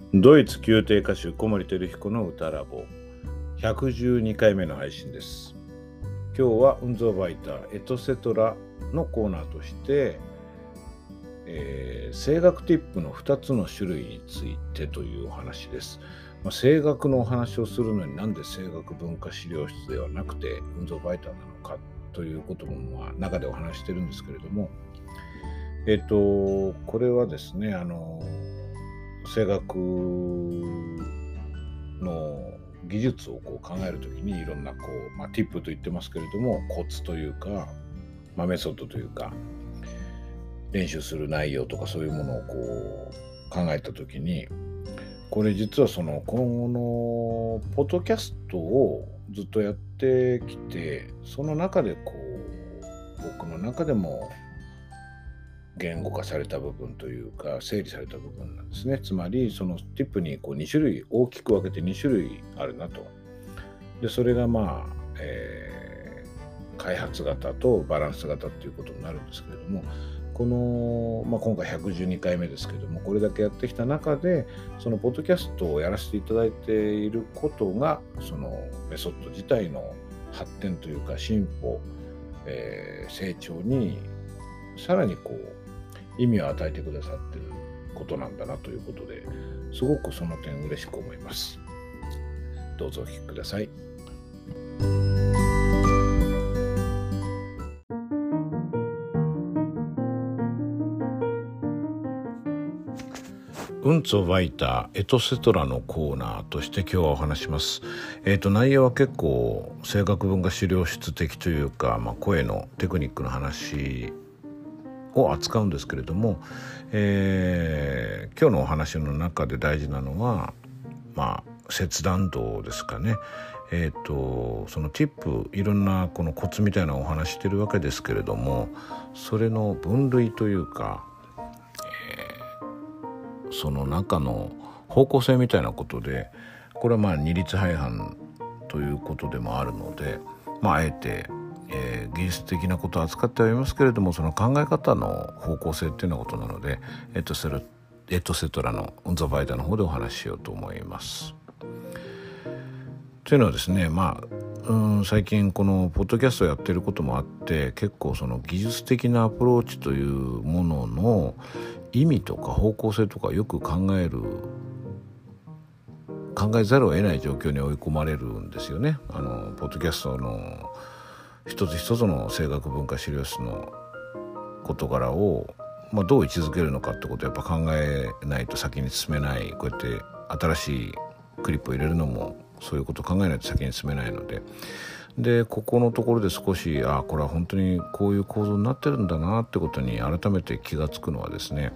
ドイツ宮廷歌手小森照彦の歌ラボ112回目の配信です。今日は運動バイターエトセトラのコーナーとして、声楽ティップの2つの種類についてというお話です。声楽のお話をするのになんで声楽文化資料室ではなくて運動バイターなのかということも中でお話してるんですけれども、これはですね、声楽の技術を考えるときにいろんなティップと言ってますけれども、コツというか、メソッドというか、練習する内容とかそういうものを考えたときに、これ実はこのポッドキャストをずっとやってきて、その中で僕の中でも言語化された部分というか整理された部分なんですね。つまりそのティップに2種類大きく分けて2種類あるなと。でそれが開発型とバランス型ということになるんですけれども、今回112回目ですけれども、これだけやってきた中でそのポッドキャストをやらせていただいていることがそのメソッド自体の発展というか進歩、成長にさらに意味を与えてくださっていることなんだなということで、すごくその点嬉しく思います。どうぞお聞きください。運ツバイターエトセトラのコーナーとして今日はお話します。内容は結構声楽文化資料室的というか、声のテクニックの話を扱うんですけれども、今日のお話の中で大事なのは切断度ですかね。そのティップいろんなこのコツみたいなお話してるわけですけれども、それの分類というか、その中の方向性みたいなことで、これは二律背反ということでもあるので、あえて技術的なことを扱ってはいますけれども、その考え方の方向性っていうようなことなので、エトセトラの運動バイターの方でお話ししようと思います。というのはですね、最近このポッドキャストをやっていることもあって、結構その技術的なアプローチというものの意味とか方向性とかよく考えざるを得ない状況に追い込まれるんですよね。ポッドキャストの一つ一つの声楽文化資料室の事柄を、どう位置づけるのかってことをやっぱ考えないと先に進めない。こうやって新しいクリップを入れるのもそういうことを考えないと先に進めないので、ここのところで少しこれは本当にこういう構造になってるんだなってことに改めて気がつくのはですね、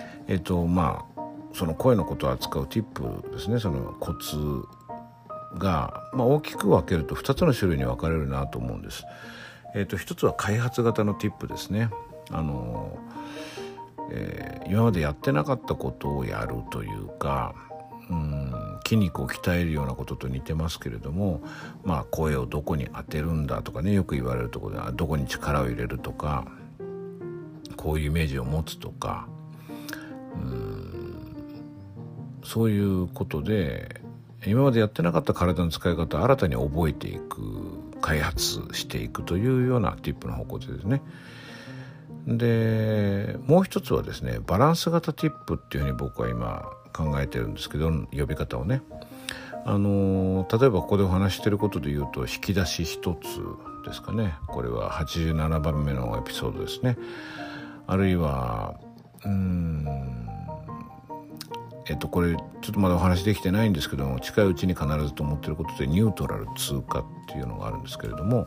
その声のことを扱うティップですね、そのコツが、大きく分けると2つの種類に分かれるなと思うんです。一つは開発型のティップですね。今までやってなかったことをやるというか、筋肉を鍛えるようなことと似てますけれども、声をどこに当てるんだとかね、よく言われるところではどこに力を入れるとか、こういうイメージを持つとか、そういうことで今までやってなかった体の使い方を新たに覚えていく、開発していくというようなティップの方向性ですね。でもう一つはですね、バランス型ティップっていうふうに僕は今考えてるんですけど、呼び方をね、例えばここでお話してることで言うと、引き出し一つですかね。これは87番目のエピソードですね。あるいはこれちょっとまだお話できてないんですけども、近いうちに必ずと思っていることでニュートラル通過っていうのがあるんですけれども、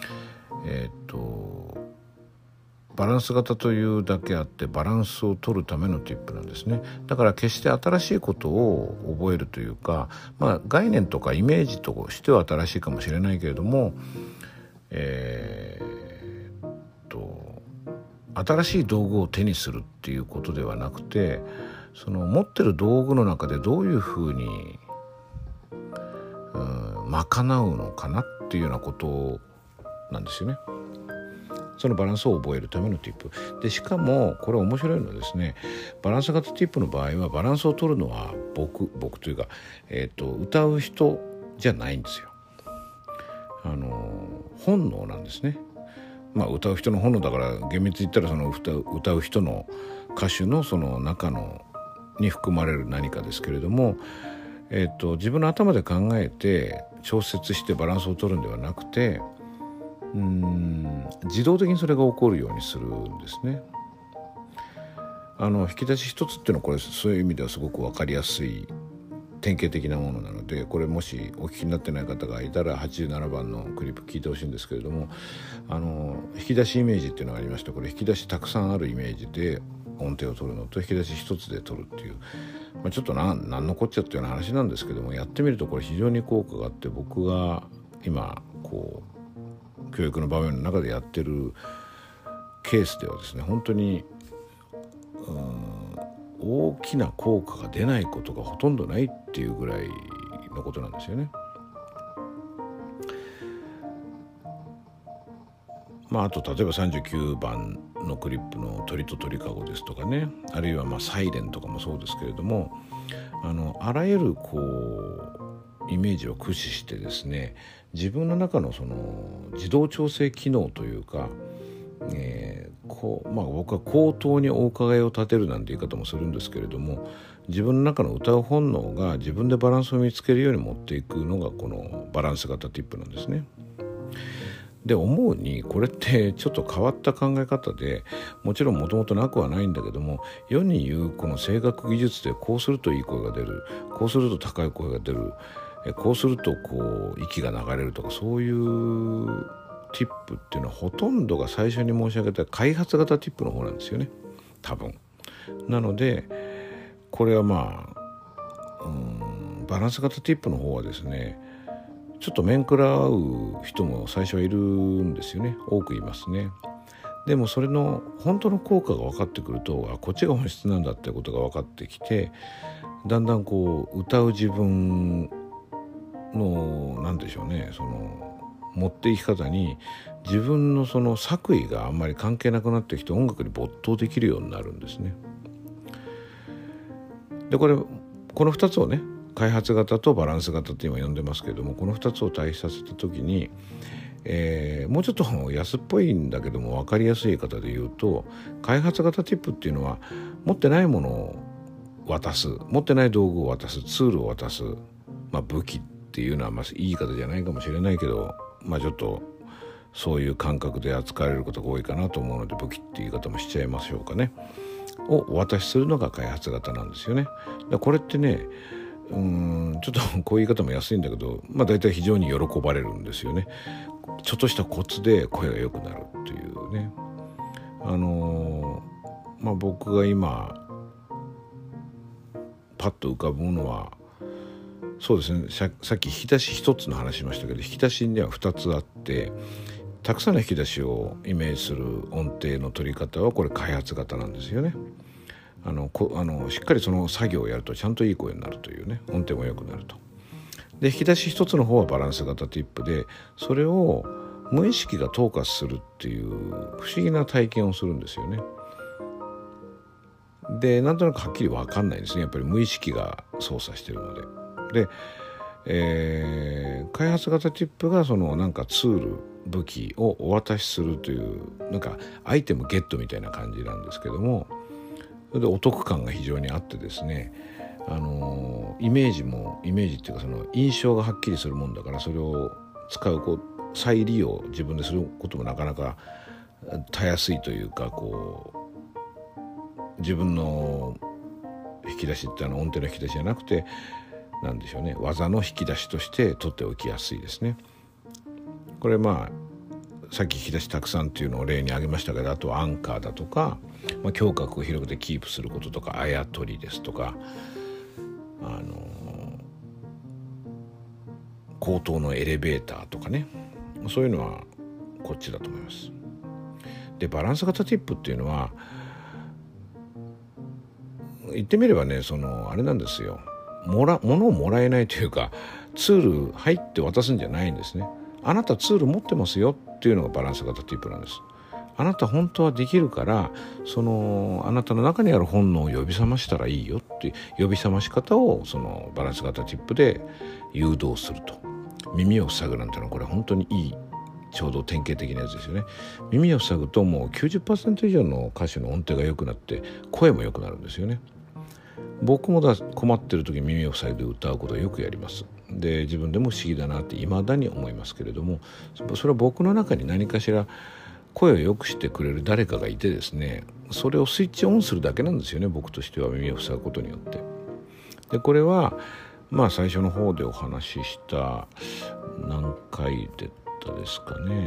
バランス型というだけあってバランスを取るためのティップなんですね。だから決して新しいことを覚えるというか、概念とかイメージとしては新しいかもしれないけれども、新しい道具を手にするっていうことではなくて、その持ってる道具の中でどういうふうに賄うのかなっていうようなことなんですよね。 そのバランスを覚えるためのティップで、しかもこれ面白いのはですね、バランス型ティップの場合はバランスを取るのは僕というか、歌う人じゃないんですよ。本能なんですね。歌う人の本能だから厳密に言ったらその歌う人の歌手のその中に含まれる何かですけれども、自分の頭で考えて調節してバランスを取るんではなくて、自動的にそれが起こるようにするんですね。引き出し一つっていうのはこれそういう意味ではすごく分かりやすい典型的なものなので、これもしお聞きになってない方がいたら87番のクリップ聞いてほしいんですけれども、引き出しイメージっていうのがありまして、これ引き出したくさんあるイメージで音程を取るのと引き出し一つで取るっていう、ちょっと何のこっちゃっていうような話なんですけども、やってみるとこれ非常に効果があって、僕が今教育の場面の中でやってるケースではですね、本当に大きな効果が出ないことがほとんどないっていうぐらいのことなんですよね。あと例えば39番のクリップの鳥と鳥かごですとかね、あるいはサイレンとかもそうですけれども、あらゆるイメージを駆使してですね、自分の中のその自動調整機能というか、僕は口頭にお伺いを立てるなんて言い方もするんですけれども、自分の中の歌う本能が自分でバランスを見つけるように持っていくのがこのバランス型ティップなんですね。で、思うにこれってちょっと変わった考え方で、もちろんもともとなくはないんだけども、世に言うこの声楽技術でこうするといい声が出る、こうすると高い声が出る、こうすると息が流れるとか、そういうティップっていうのはほとんどが最初に申し上げた開発型ティップの方なんですよね、多分。なのでこれはバランス型ティップの方はですね、ちょっと面食らう人も最初はいるんですよね、多くいますね。でもそれの本当の効果が分かってくると、こっちが本質なんだってことが分かってきて、だんだん歌う自分のなんでしょうね、その持っていき方に自分のその作為があんまり関係なくなってきて、音楽に没頭できるようになるんですね。でこの2つをね、開発型とバランス型って今呼んでますけれども、この2つを対比させた時に、もうちょっと安っぽいんだけども分かりやすい言い方で言うと、開発型ティップっていうのは持ってないものを渡す、持ってない道具を渡す、ツールを渡す、武器っていうのはいい言い方じゃないかもしれないけど、ちょっとそういう感覚で扱われることが多いかなと思うので、武器っていう言い方もしちゃいましょうかね、をお渡しするのが開発型なんですよね。これってね、ちょっとこういう言い方も安いんだけど、大体非常に喜ばれるんですよね。ちょっとしたコツで声が良くなるっていうね。僕が今パッと浮かぶものは、そうですね、さっき引き出し一つの話しましたけど、引き出しには2つあって、たくさんの引き出しをイメージする音程の取り方はこれ開発型なんですよね。しっかりその作業をやるとちゃんといい声になるというね、音程も良くなると。で、引き出し一つの方はバランス型ティップで、それを無意識が統括するっていう不思議な体験をするんですよね。で、なんとなくはっきり分かんないですね、やっぱり無意識が操作してるので。で、開発型ティップがそのツール、武器をお渡しするというアイテムゲットみたいな感じなんですけども、それでお得感が非常にあってですね、イメージっていうかその印象がはっきりするもんだから、それを使う再利用自分ですることもなかなかたやすいというか、自分の引き出しって音程の引き出しじゃなくて、なんでしょうね、技の引き出しとして取っておきやすいですね。これさっき引き出したくさんっていうのを例に挙げましたけど、あとはアンカーだとか、胸郭を広げてキープすることとか、あやとりですとか、口頭のエレベーターとかね、そういうのはこっちだと思います。で、バランス型ティップっていうのは言ってみればね、あれなんですよ、物をもらえないというか、ツール入って渡すんじゃないんですね。あなたツール持ってますよっていうのがバランス型ティップなんです。 あなた本当はできるから、あなたの中にある本能を呼び覚ましたらいいよっていう呼び覚まし方をそのバランス型チップで誘導すると。耳を塞ぐなんてのはこれ本当にいいちょうど典型的なやつですよね。耳を塞ぐともう 90% 以上の歌手の音程が良くなって声も良くなるんですよね。僕も困ってる時に耳を塞いで歌うことをよくやります。で自分でも不思議だなって未だに思いますけれども、それは僕の中に何かしら声を良くしてくれる誰かがいてですね、それをスイッチオンするだけなんですよね、僕としては。耳を塞ぐことによって。でこれは最初の方でお話しした何回ですかね、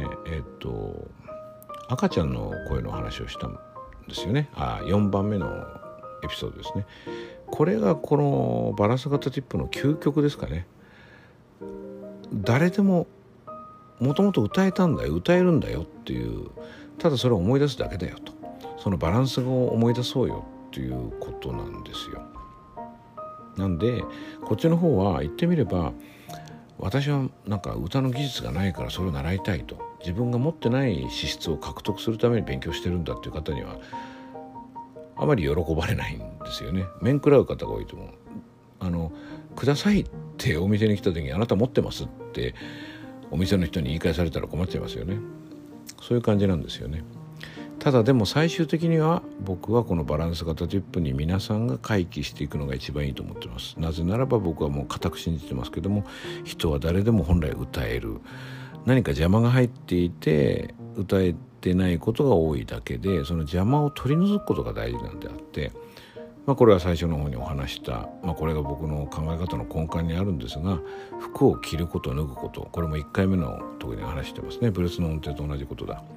赤ちゃんの声の話をしたんですよね。4番目のエピソードですね。これがこのバランス型チップの究極ですかね。誰でももともと歌えたんだよ、歌えるんだよっていう、ただそれを思い出すだけだよと、そのバランスを思い出そうよっていうことなんですよ。なんでこっちの方は言ってみれば、私はなんか歌の技術がないからそれを習いたいと、自分が持ってない資質を獲得するために勉強してるんだっていう方にはあまり喜ばれないんですよね。面食らう方が多いと思う。くださいってお店に来た時にあなた持ってますってお店の人に言い返されたら困っちゃいますよね。そういう感じなんですよね。ただでも最終的には僕はこのバランス型チップに皆さんが回帰していくのが一番いいと思っています。なぜならば僕はもう固く信じてますけども、人は誰でも本来歌える。何か邪魔が入っていて歌えてないことが多いだけで、その邪魔を取り除くことが大事なんであって、これは最初の方にお話した、これが僕の考え方の根幹にあるんですが、服を着ること脱ぐこと、これも1回目の時に話してますね。ブレスの音程と同じことだ。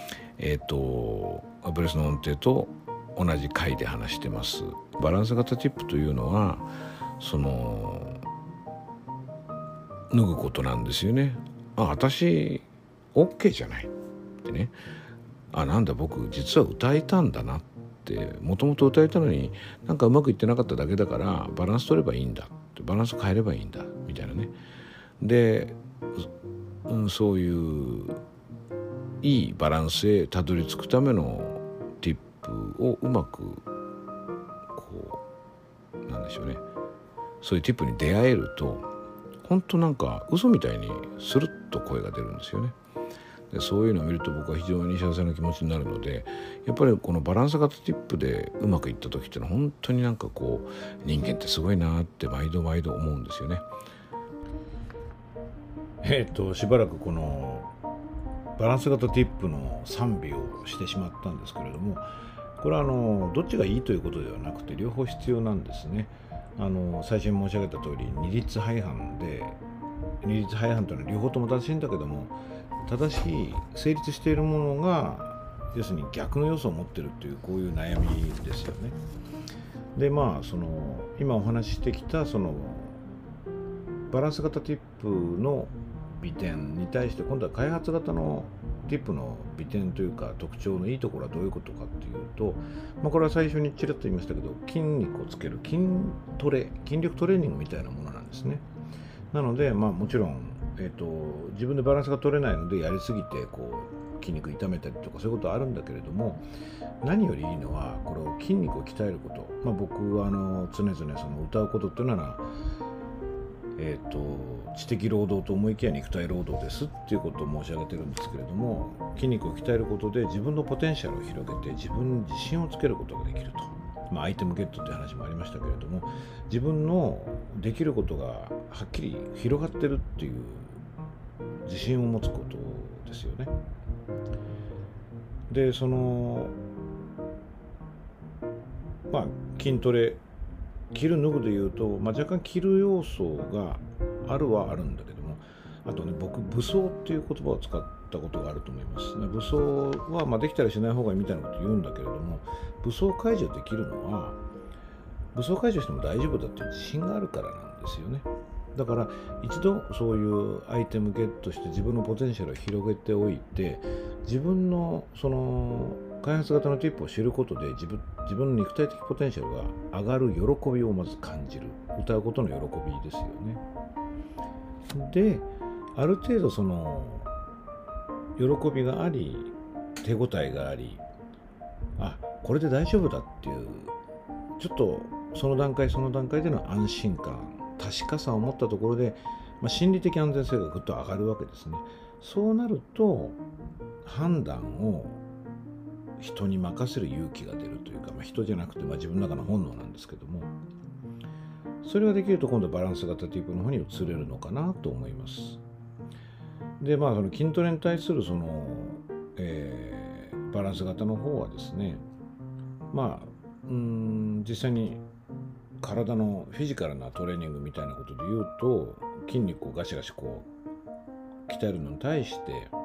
ブレスの音程と同じ回で話してます。バランス型チップというのは脱ぐことなんですよね。私 OK じゃないってね、なんだ僕実は歌えたんだなって、もともと歌えたのになんかうまくいってなかっただけだからバランス取ればいいんだって、バランス変えればいいんだみたいなね。で、そういういいバランスへたどり着くためのティップをうまくなんでしょうね、そういうティップに出会えると本当なんか嘘みたいにスルッと声が出るんですよね。でそういうのを見ると僕は非常に幸せな気持ちになるので、やっぱりこのバランス型ティップでうまくいった時っていうのは本当になんか人間ってすごいなって毎度毎度思うんですよね。しばらくこのバランス型ティップの賛美をしてしまったんですけれども、これはどっちがいいということではなくて両方必要なんですね。最初に申し上げた通り二律背反で、二律背反というのは両方とも正しいんだけども、正しい成立しているものが要するに逆の要素を持っているという、こういう悩みですよね。で今お話ししてきたバランス型ティップの美点に対して今度は開発型のティップの美点というか特徴のいいところはどういうことかっていうと、これは最初にちらっと言いましたけど、筋肉をつける筋力トレーニングみたいなものなんですね。なのでもちろん、自分でバランスが取れないのでやりすぎて筋肉痛めたりとかそういうことはあるんだけれども、何よりいいのはこれを筋肉を鍛えること。僕は常々歌うことっていうのは知的労働と思いきや肉体労働ですっていうことを申し上げてるんですけれども、筋肉を鍛えることで自分のポテンシャルを広げて自分に自信をつけることができると。アイテムゲットって話もありましたけれども、自分のできることがはっきり広がってるっていう自信を持つことですよね。で筋トレ着る脱ぐでいうと、若干着る要素があるはあるんだけども、あとね、僕武装っていう言葉を使ったことがあると思います。武装はできたらしない方がいいみたいなこと言うんだけれども、武装解除できるのは武装解除しても大丈夫だっていう自信があるからなんですよね。だから一度そういうアイテムゲットして自分のポテンシャルを広げておいて、自分の開発型のティップを知ることで自分の肉体的ポテンシャルが上がる喜びをまず感じる。歌うことの喜びですよね。である程度喜びがあり手応えがあり、これで大丈夫だっていうちょっとその段階での安心感、確かさを持ったところで、心理的安全性がぐっと上がるわけですね。そうなると判断を人に任せる勇気が出るというか、人じゃなくて自分の中の本能なんですけども、それができると今度バランス型ティープの方に移れるのかなと思います。でその筋トレに対するバランス型の方はですね、実際に体のフィジカルなトレーニングみたいなことで言うと、筋肉をガシガシ鍛えるのに対して、例え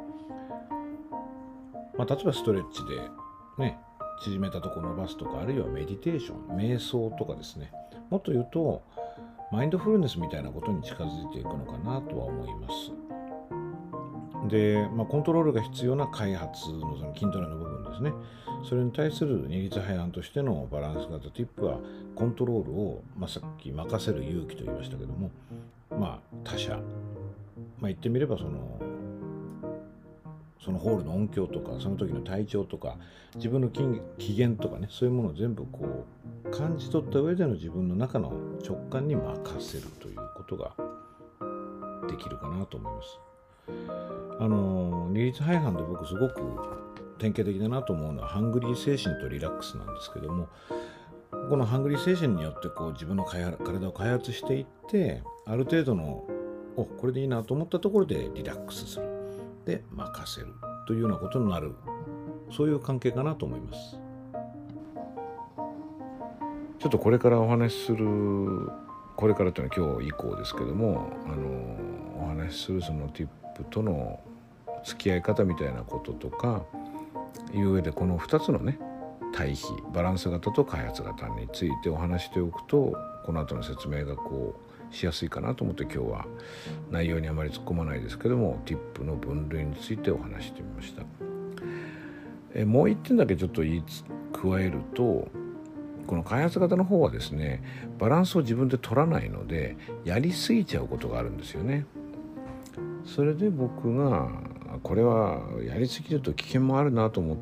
ばストレッチでね縮めたところ伸ばすとか、あるいはメディテーション、瞑想とかですね、もっと言うとマインドフルネスみたいなことに近づいていくのかなとは思います。で、コントロールが必要な開発のその筋トレの部分ですね、それに対する二律背反としてのバランス型ティップは、コントロールを、さっき任せる勇気と言いましたけども、他者、言ってみればそのホールの音響とか、その時の体調とか、自分の機嫌とかね、そういうものを全部感じ取った上での自分の中の直感に任せるということができるかなと思います。二律背反で僕すごく典型的だなと思うのは、ハングリー精神とリラックスなんですけども、このハングリー精神によって自分の体を開発していって、ある程度のこれでいいなと思ったところでリラックスする、で任せるというようなことになる、そういう関係かなと思います。ちょっとこれからお話しする、これからというのは今日以降ですけども、お話しするそのティップとの付き合い方みたいなこととかいう上で、この2つのね対比、バランス型と開発型についてお話しておくと、この後の説明がしやすいかなと思って、今日は内容にあまり突っ込まないですけども、ティップの分類についてお話してみました。もう一点だけちょっと加えると、この開発型の方はですね、バランスを自分で取らないので、やりすぎちゃうことがあるんですよね。それで僕がこれはやりすぎると危険もあるなと思って、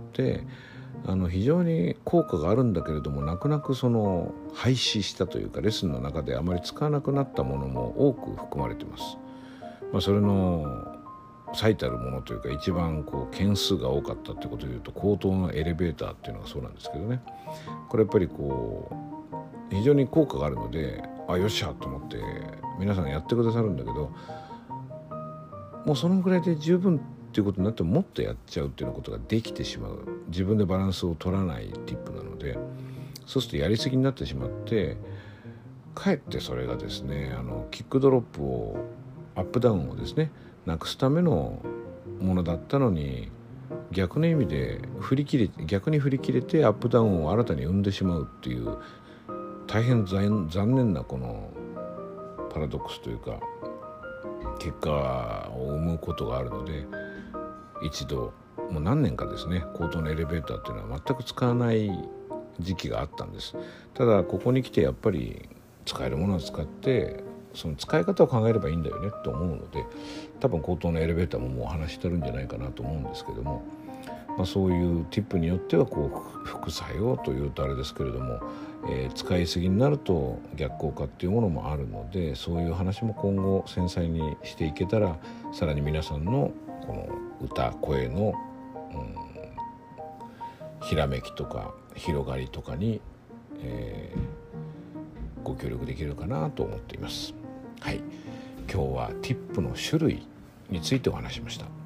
非常に効果があるんだけれども、泣く泣く廃止したというか、レッスンの中であまり使わなくなったものも多く含まれています。それの最たるものというか、一番件数が多かったということでいうと、口頭のエレベーターっていうのがそうなんですけどね、これやっぱり非常に効果があるので、よっしゃと思って皆さんやってくださるんだけど、もうそのぐらいで十分っていうことになっても、もっとやっちゃうっていうようなことができてしまう、自分でバランスを取らないティップなので、そうするとやりすぎになってしまって、かえってそれがですね、キックドロップを、アップダウンをですねなくすためのものだったのに、逆の意味で逆に振り切れてアップダウンを新たに生んでしまうっていう、大変残念なこのパラドックスというか、結果を生むことがあるので、一度もう何年かですね、口頭のエレベーターっていうのは全く使わない時期があったんです。ただここに来てやっぱり使えるものを使って、その使い方を考えればいいんだよねと思うので、多分口頭のエレベーターももうお話してるんじゃないかなと思うんですけども、そういうティップによっては副作用というとあれですけれども、使いすぎになると逆効果っていうものもあるので、そういう話も今後繊細にしていけたら、さらに皆さんのこの声の、ひらめきとか広がりとかに、ご協力できるかなと思っています。はい、今日はティップの種類についてお話しました。